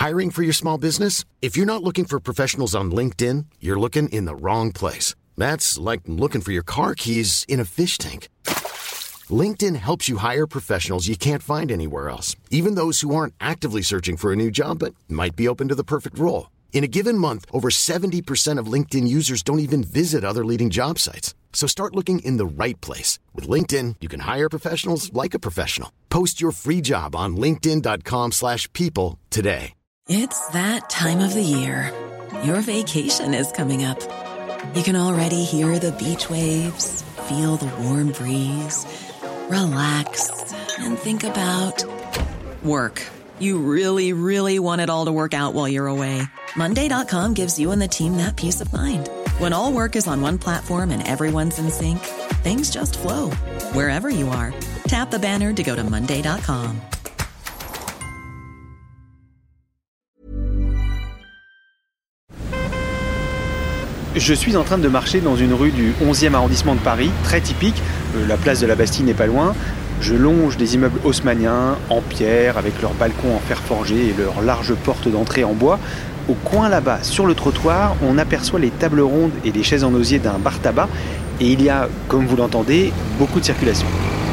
Hiring for your small business? If you're not looking for professionals on LinkedIn, you're looking in the wrong place. That's like looking for your car keys in a fish tank. LinkedIn helps you hire professionals you can't find anywhere else, even those who aren't actively searching for a new job but might be open to the perfect role. In a given month, over 70% of LinkedIn users don't even visit other leading job sites. So start looking in the right place. With LinkedIn, you can hire professionals like a professional. Post your free job on linkedin.com/people today. It's that time of the year. Your vacation is coming up. You can already hear the beach waves, feel the warm breeze, relax, and think about work. You really, really want it all to work out while you're away. Monday.com gives you and the team that peace of mind. When all work is on one platform and everyone's in sync, things just flow. Wherever you are, tap the banner to go to Monday.com. Je suis en train de marcher dans une rue du 11e arrondissement de Paris, très typique. La place de la Bastille n'est pas loin. Je longe des immeubles haussmanniens en pierre avec leurs balcons en fer forgé et leurs larges portes d'entrée en bois. Au coin là-bas, sur le trottoir, on aperçoit les tables rondes et les chaises en osier d'un bar-tabac. Et il y a, comme vous l'entendez, beaucoup de circulation.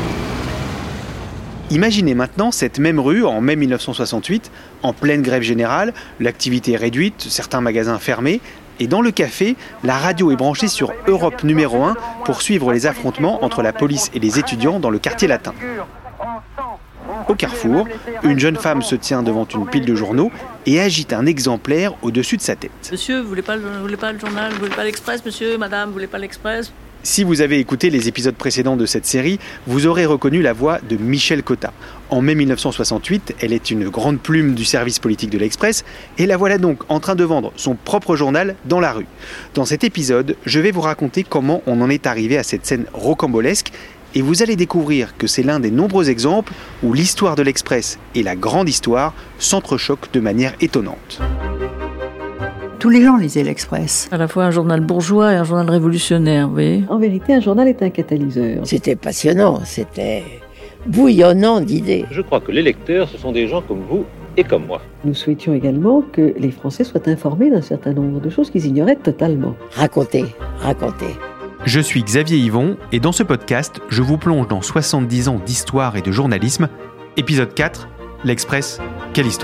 Imaginez maintenant cette même rue en mai 1968, en pleine grève générale, l'activité est réduite, certains magasins fermés. Et dans le café, la radio est branchée sur Europe numéro 1 pour suivre les affrontements entre la police et les étudiants dans le quartier latin. Au carrefour, une jeune femme se tient devant une pile de journaux et agite un exemplaire au-dessus de sa tête. Monsieur, vous voulez pas le journal, vous voulez pas l'Express, monsieur, madame, vous voulez pas l'Express ? Si vous avez écouté les épisodes précédents de cette série, vous aurez reconnu la voix de Michel Cotta. En mai 1968, elle est une grande plume du service politique de l'Express et la voilà donc en train de vendre son propre journal dans la rue. Dans cet épisode, je vais vous raconter comment on en est arrivé à cette scène rocambolesque et vous allez découvrir que c'est l'un des nombreux exemples où l'histoire de l'Express et la grande histoire s'entrechoquent de manière étonnante. Tous les gens lisaient l'Express. À la fois un journal bourgeois et un journal révolutionnaire, vous voyez. En vérité, un journal est un catalyseur. C'était passionnant, c'était bouillonnant d'idées. Je crois que les lecteurs, ce sont des gens comme vous et comme moi. Nous souhaitions également que les Français soient informés d'un certain nombre de choses qu'ils ignoraient totalement. Racontez. Je suis Xavier Yvon et dans ce podcast, je vous plonge dans 70 ans d'histoire et de journalisme. Épisode 4, l'Express, quelle histoire ?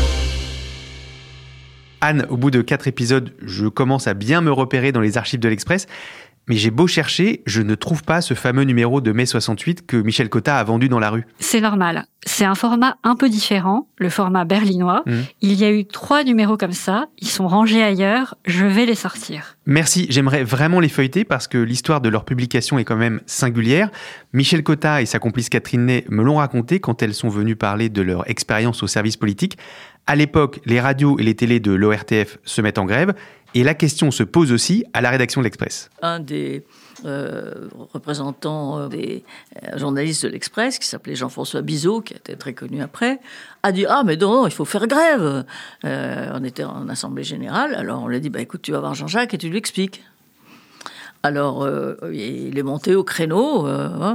Anne, au bout de 4 épisodes, je commence à bien me repérer dans les archives de l'Express, mais j'ai beau chercher, je ne trouve pas ce fameux numéro de mai 68 que Michel Cotta a vendu dans la rue. C'est normal. C'est un format un peu différent, le format berlinois. Il y a eu 3 numéros comme ça, ils sont rangés ailleurs, je vais les sortir. Merci, j'aimerais vraiment les feuilleter parce que l'histoire de leur publication est quand même singulière. Michel Cotta et sa complice Catherine Ney me l'ont raconté quand elles sont venues parler de leur expérience au service politique. À l'époque, les radios et les télés de l'ORTF se mettent en grève et la question se pose aussi à la rédaction de l'Express. Un des représentants des journalistes de l'Express, qui s'appelait Jean-François Bizot, qui a été très connu après, a dit « Ah, mais non, il faut faire grève !» On était en assemblée générale, alors on lui a dit « Écoute, tu vas voir Jean-Jacques et tu lui expliques. » Alors, il est monté au créneau,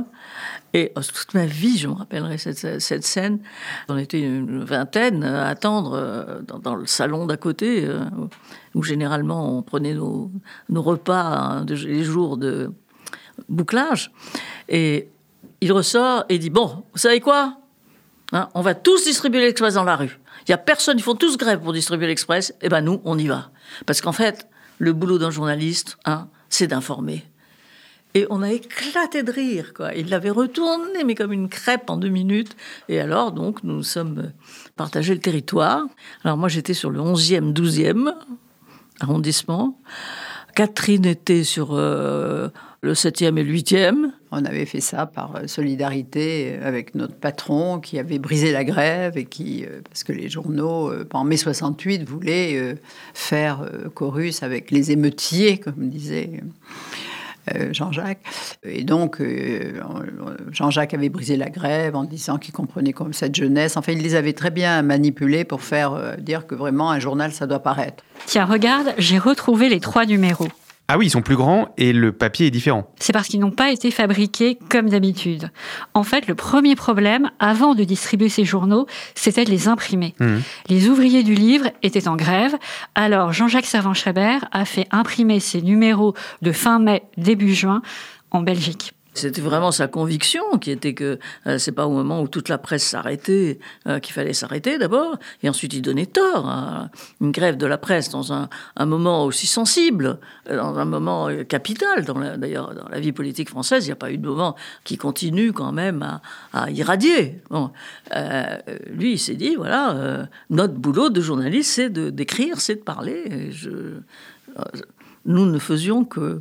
et toute ma vie, je me rappellerai cette scène. On était une vingtaine à attendre dans le salon d'à côté, où généralement on prenait nos repas les jours de bouclage. Et il ressort et dit « Bon, vous savez quoi ? On va tous distribuer l'Express dans la rue. Il n'y a personne, ils font tous grève pour distribuer l'Express. Eh ben nous, on y va. » Parce qu'en fait, le boulot d'un journaliste, c'est d'informer. Et on a éclaté de rire, quoi. Il l'avait retourné, mais comme une crêpe en 2 minutes. Et alors, donc, nous sommes partagé le territoire. Alors moi, j'étais sur le 11e, 12e arrondissement. Catherine était sur le 7e et le 8e. On avait fait ça par solidarité avec notre patron qui avait brisé la grève et qui, parce que les journaux, en mai 68, voulaient faire chorus avec les émeutiers, comme disait Jean-Jacques. Et donc, Jean-Jacques avait brisé la grève en disant qu'il comprenait comme cette jeunesse. Enfin, il les avait très bien manipulés pour faire dire que vraiment un journal, ça doit paraître. Tiens, regarde, j'ai retrouvé les 3 numéros. Ah oui, ils sont plus grands et le papier est différent. C'est parce qu'ils n'ont pas été fabriqués comme d'habitude. En fait, le premier problème, avant de distribuer ces journaux, c'était de les imprimer. Les ouvriers du livre étaient en grève, alors Jean-Jacques Servan-Schreiber a fait imprimer ces numéros de fin mai, début juin, en Belgique. C'était vraiment sa conviction qui était que c'est pas au moment où toute la presse s'arrêtait qu'il fallait s'arrêter d'abord, et ensuite il donnait tort à une grève de la presse dans un moment aussi sensible, dans un moment capital. D'ailleurs, dans la vie politique française, il n'y a pas eu de moment qui continue quand même à irradier. Bon, lui, il s'est dit, voilà, notre boulot de journaliste, c'est d'écrire, c'est de parler. Et nous ne faisions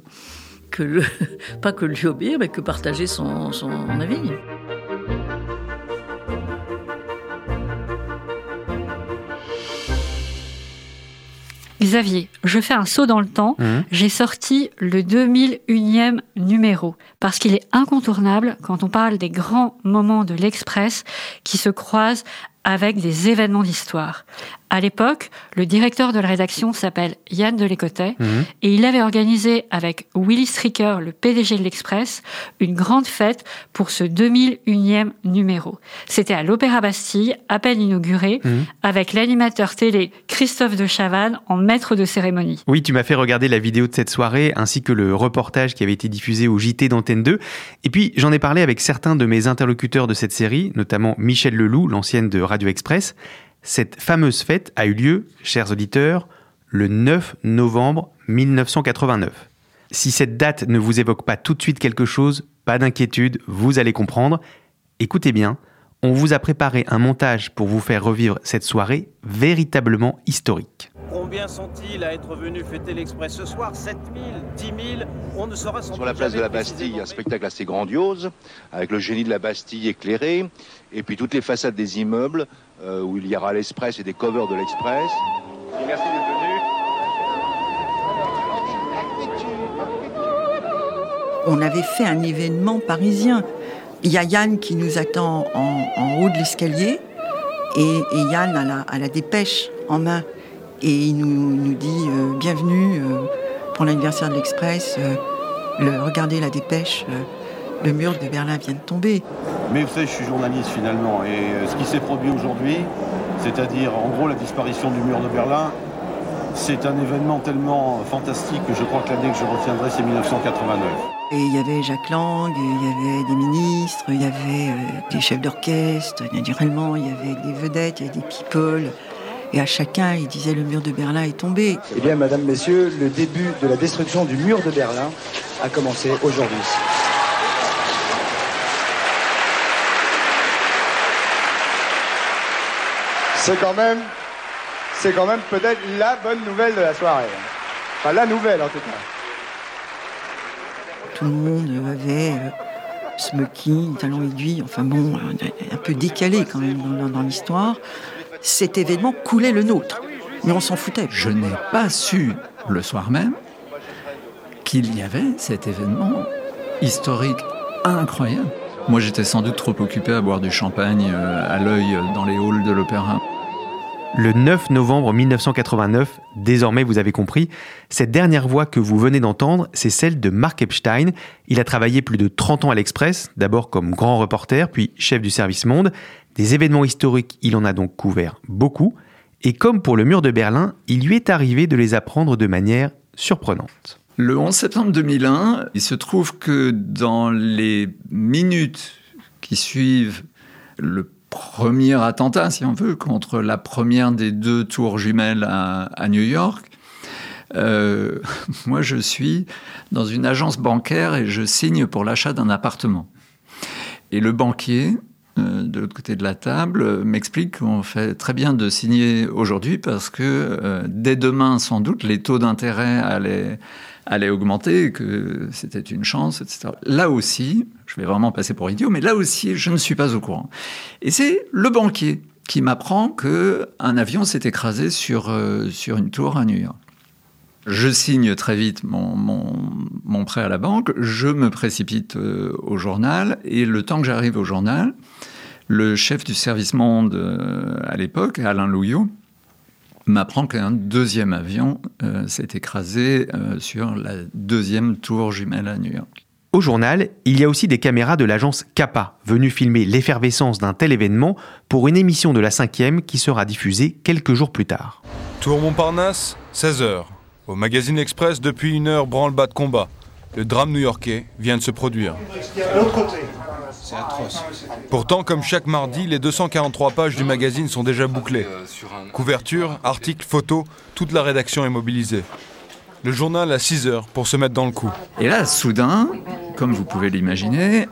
pas que lui obéir, mais que partager son avis. Xavier, je fais un saut dans le temps. J'ai sorti le 2001e numéro, parce qu'il est incontournable quand on parle des grands moments de l'Express qui se croisent avec des événements d'histoire. À l'époque, le directeur de la rédaction s'appelle Yann Delécotet et il avait organisé avec Willy Stricker, le PDG de l'Express, une grande fête pour ce 2001e numéro. C'était à l'Opéra Bastille, à peine inauguré, avec l'animateur télé Christophe de Chavannes en maître de cérémonie. Oui, tu m'as fait regarder la vidéo de cette soirée ainsi que le reportage qui avait été diffusé au JT d'Antenne 2. Et puis, j'en ai parlé avec certains de mes interlocuteurs de cette série, notamment Michel Leloup, l'ancienne de Radio Express. Cette fameuse fête a eu lieu, chers auditeurs, le 9 novembre 1989. Si cette date ne vous évoque pas tout de suite quelque chose, pas d'inquiétude, vous allez comprendre. Écoutez bien, on vous a préparé un montage pour vous faire revivre cette soirée véritablement historique. Combien sont-ils à être venus fêter l'Express ce soir? 7 000, 10 000, on ne saura sans doute. Sur la place de la Bastille, un spectacle assez grandiose, avec le génie de la Bastille éclairé, et puis toutes les façades des immeubles, où il y aura l'Express et des covers de l'Express. Et merci d'être venus. On avait fait un événement parisien. Il y a Yann qui nous attend en haut de l'escalier, et Yann a la dépêche en main. Et il nous dit bienvenue pour l'anniversaire de l'Express. Regardez la dépêche, le mur de Berlin vient de tomber. Mais vous savez, je suis journaliste finalement, et ce qui s'est produit aujourd'hui, c'est-à-dire en gros la disparition du mur de Berlin, c'est un événement tellement fantastique que je crois que l'année que je retiendrai, c'est 1989. Et il y avait Jacques Lang, il y avait des ministres, il y avait des chefs d'orchestre, naturellement, il y avait des vedettes, il y avait des people. Et à chacun, il disait le mur de Berlin est tombé. Eh bien, mesdames, messieurs, le début de la destruction du mur de Berlin a commencé aujourd'hui. C'est quand même peut-être la bonne nouvelle de la soirée. Enfin, la nouvelle, en tout cas. Tout le monde avait smoking, talons aiguilles, enfin bon, un peu décalé quand même dans l'histoire. Cet événement coulait le nôtre, mais on s'en foutait. Je n'ai pas su le soir même qu'il y avait cet événement historique incroyable. Moi, j'étais sans doute trop occupé à boire du champagne à l'œil dans les halls de l'opéra. Le 9 novembre 1989, désormais vous avez compris, cette dernière voix que vous venez d'entendre, c'est celle de Marc Epstein. Il a travaillé plus de 30 ans à l'Express, d'abord comme grand reporter, puis chef du service Monde. Des événements historiques, il en a donc couvert beaucoup. Et comme pour le mur de Berlin, il lui est arrivé de les apprendre de manière surprenante. Le 11 septembre 2001, il se trouve que dans les minutes qui suivent le premier attentat, si on veut, contre la première des 2 tours jumelles à New York, moi je suis dans une agence bancaire et je signe pour l'achat d'un appartement. Et le banquier, de l'autre côté de la table, m'explique qu'on fait très bien de signer aujourd'hui parce que dès demain, sans doute, les taux d'intérêt allaient augmenter, que c'était une chance, etc. Là aussi, je vais vraiment passer pour idiot, mais là aussi, je ne suis pas au courant. Et c'est le banquier qui m'apprend qu'un avion s'est écrasé sur une tour à New York. Je signe très vite mon prêt à la banque, je me précipite au journal, et le temps que j'arrive au journal, le chef du service Monde à l'époque, Alain Louillot, m'apprend qu'un deuxième avion s'est écrasé sur la deuxième tour jumelle à New York. Au journal, il y a aussi des caméras de l'agence CAPA, venues filmer l'effervescence d'un tel événement pour une émission de la 5e qui sera diffusée quelques jours plus tard. Tour Montparnasse, 16h. Au magazine Express, depuis 1 heure, branle-bas de combat. Le drame new-yorkais vient de se produire. C'est atroce. Pourtant, comme chaque mardi, les 243 pages du magazine sont déjà bouclées. Couverture, articles, photos, toute la rédaction est mobilisée. Le journal a 6 heures pour se mettre dans le coup. Et là, soudain, comme vous pouvez l'imaginer,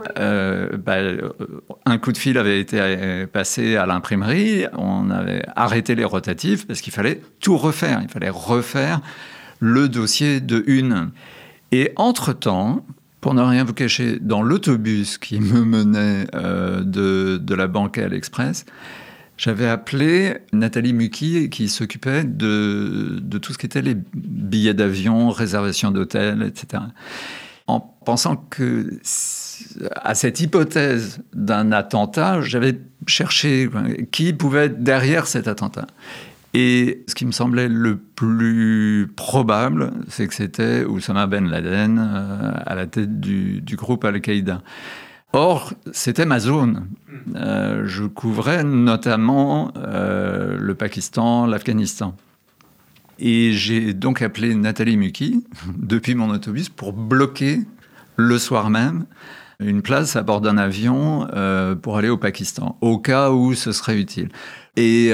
un coup de fil avait été passé à l'imprimerie. On avait arrêté les rotatifs parce qu'il fallait tout refaire. Il fallait refaire le dossier de une. Et entre-temps, pour ne rien vous cacher, dans l'autobus qui me menait de la banque à l'Express, j'avais appelé Nathalie Mucky qui s'occupait de tout ce qui était les billets d'avion, réservation d'hôtel, etc. En pensant que à cette hypothèse d'un attentat, j'avais cherché qui pouvait être derrière cet attentat. Et ce qui me semblait le plus probable, c'est que c'était Oussama Ben Laden à la tête du groupe Al-Qaïda. Or, c'était ma zone. Je couvrais notamment le Pakistan, l'Afghanistan. Et j'ai donc appelé Nathalie Mucky, depuis mon autobus, pour bloquer le soir même une place à bord d'un avion pour aller au Pakistan, au cas où ce serait utile. Et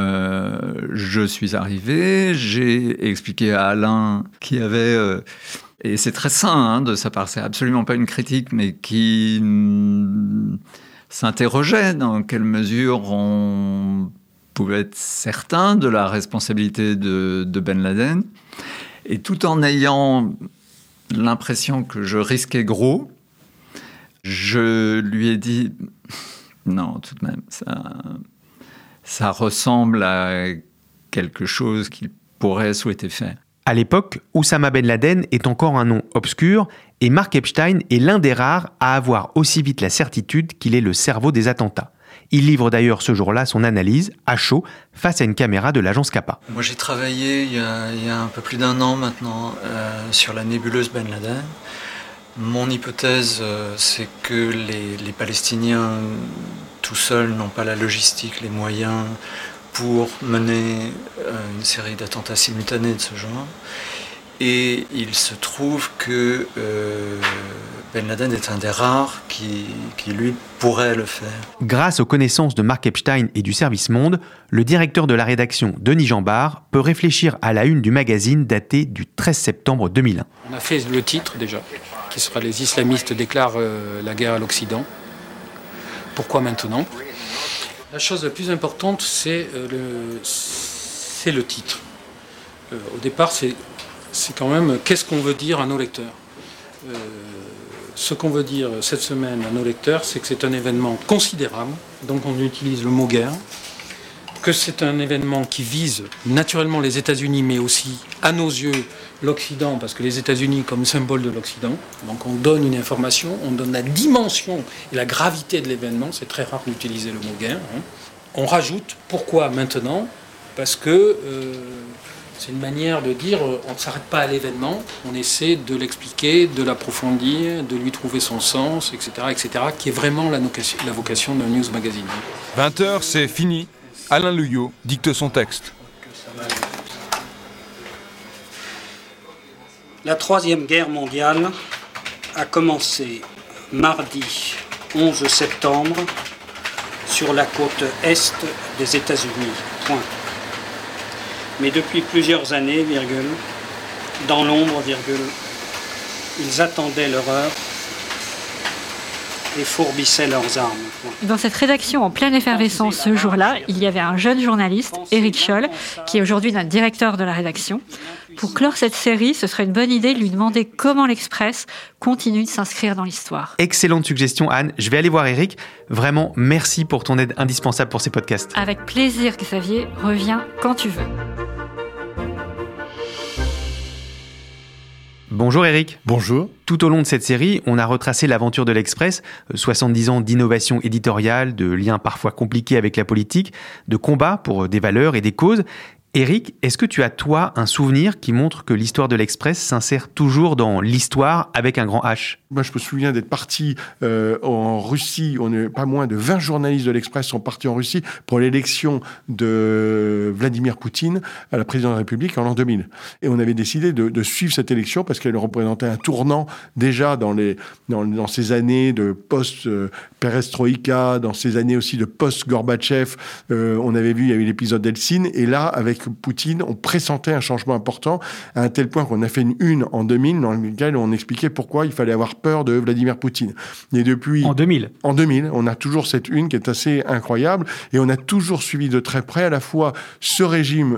je suis arrivé, j'ai expliqué à Alain qui avait... et c'est très sain de sa part, c'est absolument pas une critique, mais qui s'interrogeait dans quelle mesure on pouvait être certain de la responsabilité de Ben Laden. Et tout en ayant l'impression que je risquais gros, je lui ai dit non, tout de même, ça ressemble à quelque chose qu'il pourrait souhaiter faire. À l'époque, Oussama Ben Laden est encore un nom obscur et Mark Epstein est l'un des rares à avoir aussi vite la certitude qu'il est le cerveau des attentats. Il livre d'ailleurs ce jour-là son analyse, à chaud, face à une caméra de l'agence CAPA. Moi j'ai travaillé il y a un peu plus d'1 an maintenant sur la nébuleuse Ben Laden. Mon hypothèse, c'est que les Palestiniens tout seuls n'ont pas la logistique, les moyens pour mener une série d'attentats simultanés de ce genre. Et il se trouve que Ben Laden est un des rares qui lui, pourrait le faire. Grâce aux connaissances de Mark Epstein et du Service Monde, le directeur de la rédaction, Denis Jambard, peut réfléchir à la une du magazine datée du 13 septembre 2001. On a fait le titre déjà, qui sera « Les islamistes déclarent la guerre à l'Occident ». Pourquoi maintenant ? La chose la plus importante, c'est le titre. Au départ, c'est quand même qu'est-ce qu'on veut dire à nos lecteurs. Ce qu'on veut dire cette semaine à nos lecteurs, c'est que c'est un événement considérable, donc on utilise le mot guerre, que c'est un événement qui vise naturellement les États-Unis, mais aussi, à nos yeux, l'Occident, parce que les États-Unis comme symbole de l'Occident, donc on donne une information, on donne la dimension et la gravité de l'événement, c'est très rare d'utiliser le mot guerre. On rajoute, pourquoi maintenant ? Parce que c'est une manière de dire, on ne s'arrête pas à l'événement, on essaie de l'expliquer, de l'approfondir, de lui trouver son sens, etc., qui est vraiment la vocation d'un news magazine. 20h, c'est fini. Alain Luyot dicte son texte. La Troisième Guerre mondiale a commencé mardi 11 septembre sur la côte est des États-Unis. Point. Mais depuis plusieurs années, dans l'ombre, ils attendaient leur heure et fourbissaient leurs armes. Dans cette rédaction en pleine effervescence ce jour-là, il y avait un jeune journaliste, Éric Scholl, qui est aujourd'hui notre directeur de la rédaction. Pour clore cette série, ce serait une bonne idée de lui demander comment l'Express continue de s'inscrire dans l'histoire. Excellente suggestion, Anne. Je vais aller voir Éric. Vraiment, merci pour ton aide indispensable pour ces podcasts. Avec plaisir, Xavier. Reviens quand tu veux. Bonjour Éric. Bonjour. Tout au long de cette série, on a retracé l'aventure de l'Express, 70 ans d'innovation éditoriale, de liens parfois compliqués avec la politique, de combats pour des valeurs et des causes. Éric, est-ce que tu as, toi, un souvenir qui montre que l'histoire de l'Express s'insère toujours dans l'histoire avec un grand H ? Moi, je me souviens d'être parti en Russie. Pas moins de 20 journalistes de l'Express sont partis en Russie pour l'élection de Vladimir Poutine à la présidence de la République en l'an 2000. Et on avait décidé de suivre cette élection parce qu'elle représentait un tournant déjà dans ces années de post-perestroïka, dans ces années aussi de post-Gorbatchev. On avait vu, il y avait l'épisode d'Helsinki. Et là, avec Poutine, on pressentait un changement important à un tel point qu'on a fait une une en 2000 dans laquelle on expliquait pourquoi il fallait avoir peur de Vladimir Poutine. Et depuis... En 2000, on a toujours cette une qui est assez incroyable et on a toujours suivi de très près à la fois ce régime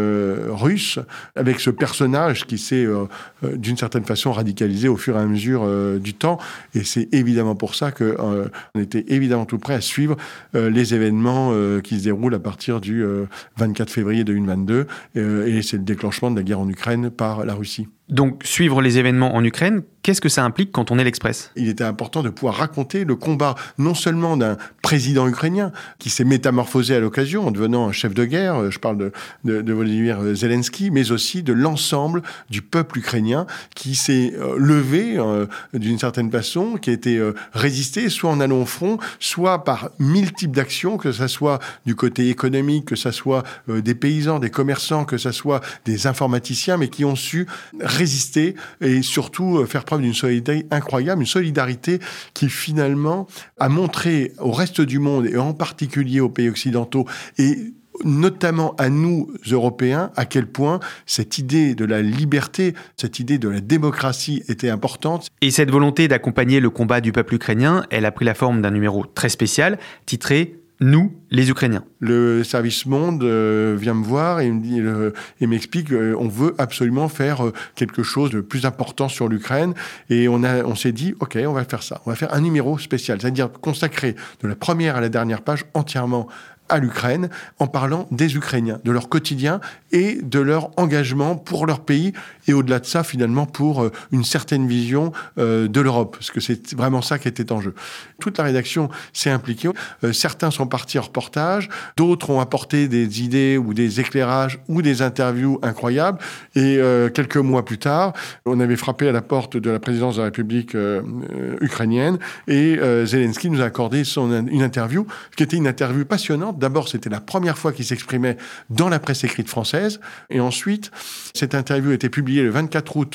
russe avec ce personnage qui s'est d'une certaine façon radicalisé au fur et à mesure du temps. Et c'est évidemment pour ça qu'on était évidemment tout prêt à suivre les événements qui se déroulent à partir du 24 février 2022 et c'est le déclenchement de la guerre en Ukraine par la Russie. Donc, suivre les événements en Ukraine, qu'est-ce que ça implique quand on est l'Express ? Il était important de pouvoir raconter le combat non seulement d'un président ukrainien qui s'est métamorphosé à l'occasion en devenant un chef de guerre, je parle de Volodymyr Zelensky, mais aussi de l'ensemble du peuple ukrainien qui s'est levé d'une certaine façon, qui a été résisté, soit en allant au front, soit par mille types d'actions, que ça soit du côté économique, que ça soit des paysans, des commerçants, que ça soit des informaticiens, mais qui ont su résister et surtout faire preuve d'une solidarité incroyable, une solidarité qui finalement a montré au reste du monde et en particulier aux pays occidentaux et notamment à nous, Européens, à quel point cette idée de la liberté, cette idée de la démocratie était importante. Et cette volonté d'accompagner le combat du peuple ukrainien, elle a pris la forme d'un numéro très spécial, titré « Nous, les Ukrainiens ». Le service Monde vient me voir et m'explique qu'on veut absolument faire quelque chose de plus important sur l'Ukraine. Et on s'est dit, OK, on va faire ça. On va faire un numéro spécial, c'est-à-dire consacré de la première à la dernière page entièrement à l'Ukraine, en parlant des Ukrainiens, de leur quotidien et de leur engagement pour leur pays, et au-delà de ça, finalement, pour une certaine vision de l'Europe, parce que c'est vraiment ça qui était en jeu. Toute la rédaction s'est impliquée. Certains sont partis en reportage, d'autres ont apporté des idées ou des éclairages ou des interviews incroyables, et quelques mois plus tard, on avait frappé à la porte de la présidence de la République ukrainienne, et Zelensky nous a accordé une interview, qui était une interview passionnante. D'abord, c'était la première fois qu'il s'exprimait dans la presse écrite française. Et ensuite, cette interview a été publiée le 24 août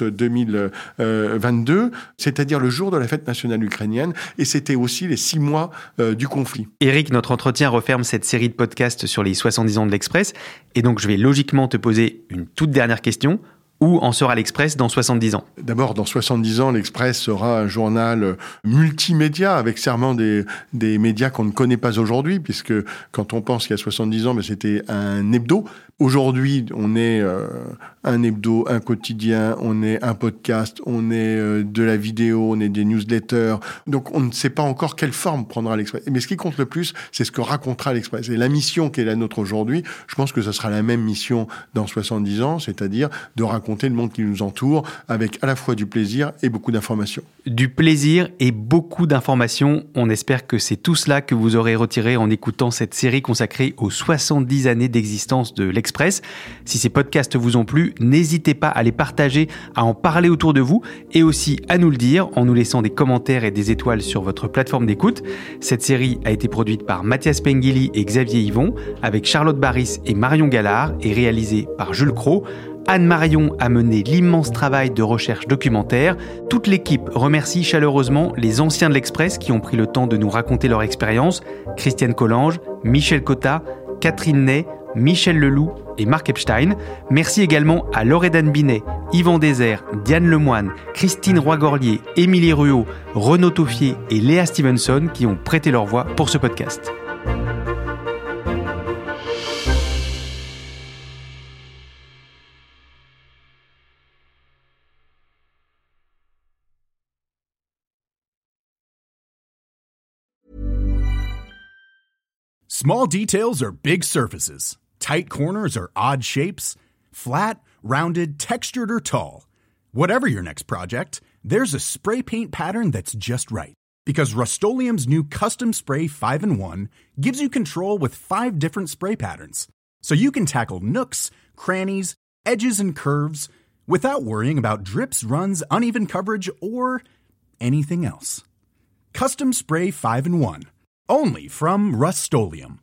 2022, c'est-à-dire le jour de la fête nationale ukrainienne. Et c'était aussi les 6 mois du conflit. Éric, notre entretien referme cette série de podcasts sur les 70 ans de l'Express. Et donc, je vais logiquement te poser une toute dernière question. Où en sera l'Express dans 70 ans ? D'abord, dans 70 ans, l'Express sera un journal multimédia, avec sûrement des médias qu'on ne connaît pas aujourd'hui, puisque quand on pense qu'il y a 70 ans, c'était un hebdo. Aujourd'hui, on est un hebdo, un quotidien, on est un podcast, on est de la vidéo, on est des newsletters. Donc, on ne sait pas encore quelle forme prendra l'Express. Mais ce qui compte le plus, c'est ce que racontera l'Express. Et la mission qui est la nôtre aujourd'hui, je pense que ce sera la même mission dans 70 ans, c'est-à-dire de raconter le monde qui nous entoure avec à la fois du plaisir et beaucoup d'informations. Du plaisir et beaucoup d'informations. On espère que c'est tout cela que vous aurez retiré en écoutant cette série consacrée aux 70 années d'existence de l'Express. Si ces podcasts vous ont plu, n'hésitez pas à les partager, à en parler autour de vous et aussi à nous le dire en nous laissant des commentaires et des étoiles sur votre plateforme d'écoute. Cette série a été produite par Mathias Pengili et Xavier Yvon avec Charlotte Baris et Marion Gallard et réalisée par Jules Cros. Anne Marion a mené l'immense travail de recherche documentaire. Toute l'équipe remercie chaleureusement les anciens de l'Express qui ont pris le temps de nous raconter leur expérience. Christiane Collange, Michel Cotta, Catherine Ney, Michel Leloup et Marc Epstein. Merci également à Loredane Binet, Yvan Désert, Diane Lemoine, Christine Roy-Gorlier, Émilie Ruot, Renaud Toffier et Léa Stevenson qui ont prêté leur voix pour ce podcast. Small details are big surfaces. Tight corners are odd shapes. Flat, rounded, textured, or tall. Whatever your next project, there's a spray paint pattern that's just right. Because Rust-Oleum's new Custom Spray 5-in-1 gives you control with 5 different spray patterns. so you can tackle nooks, crannies, edges, and curves without worrying about drips, runs, uneven coverage, or anything else. Custom Spray 5-in-1, only from Rust-Oleum.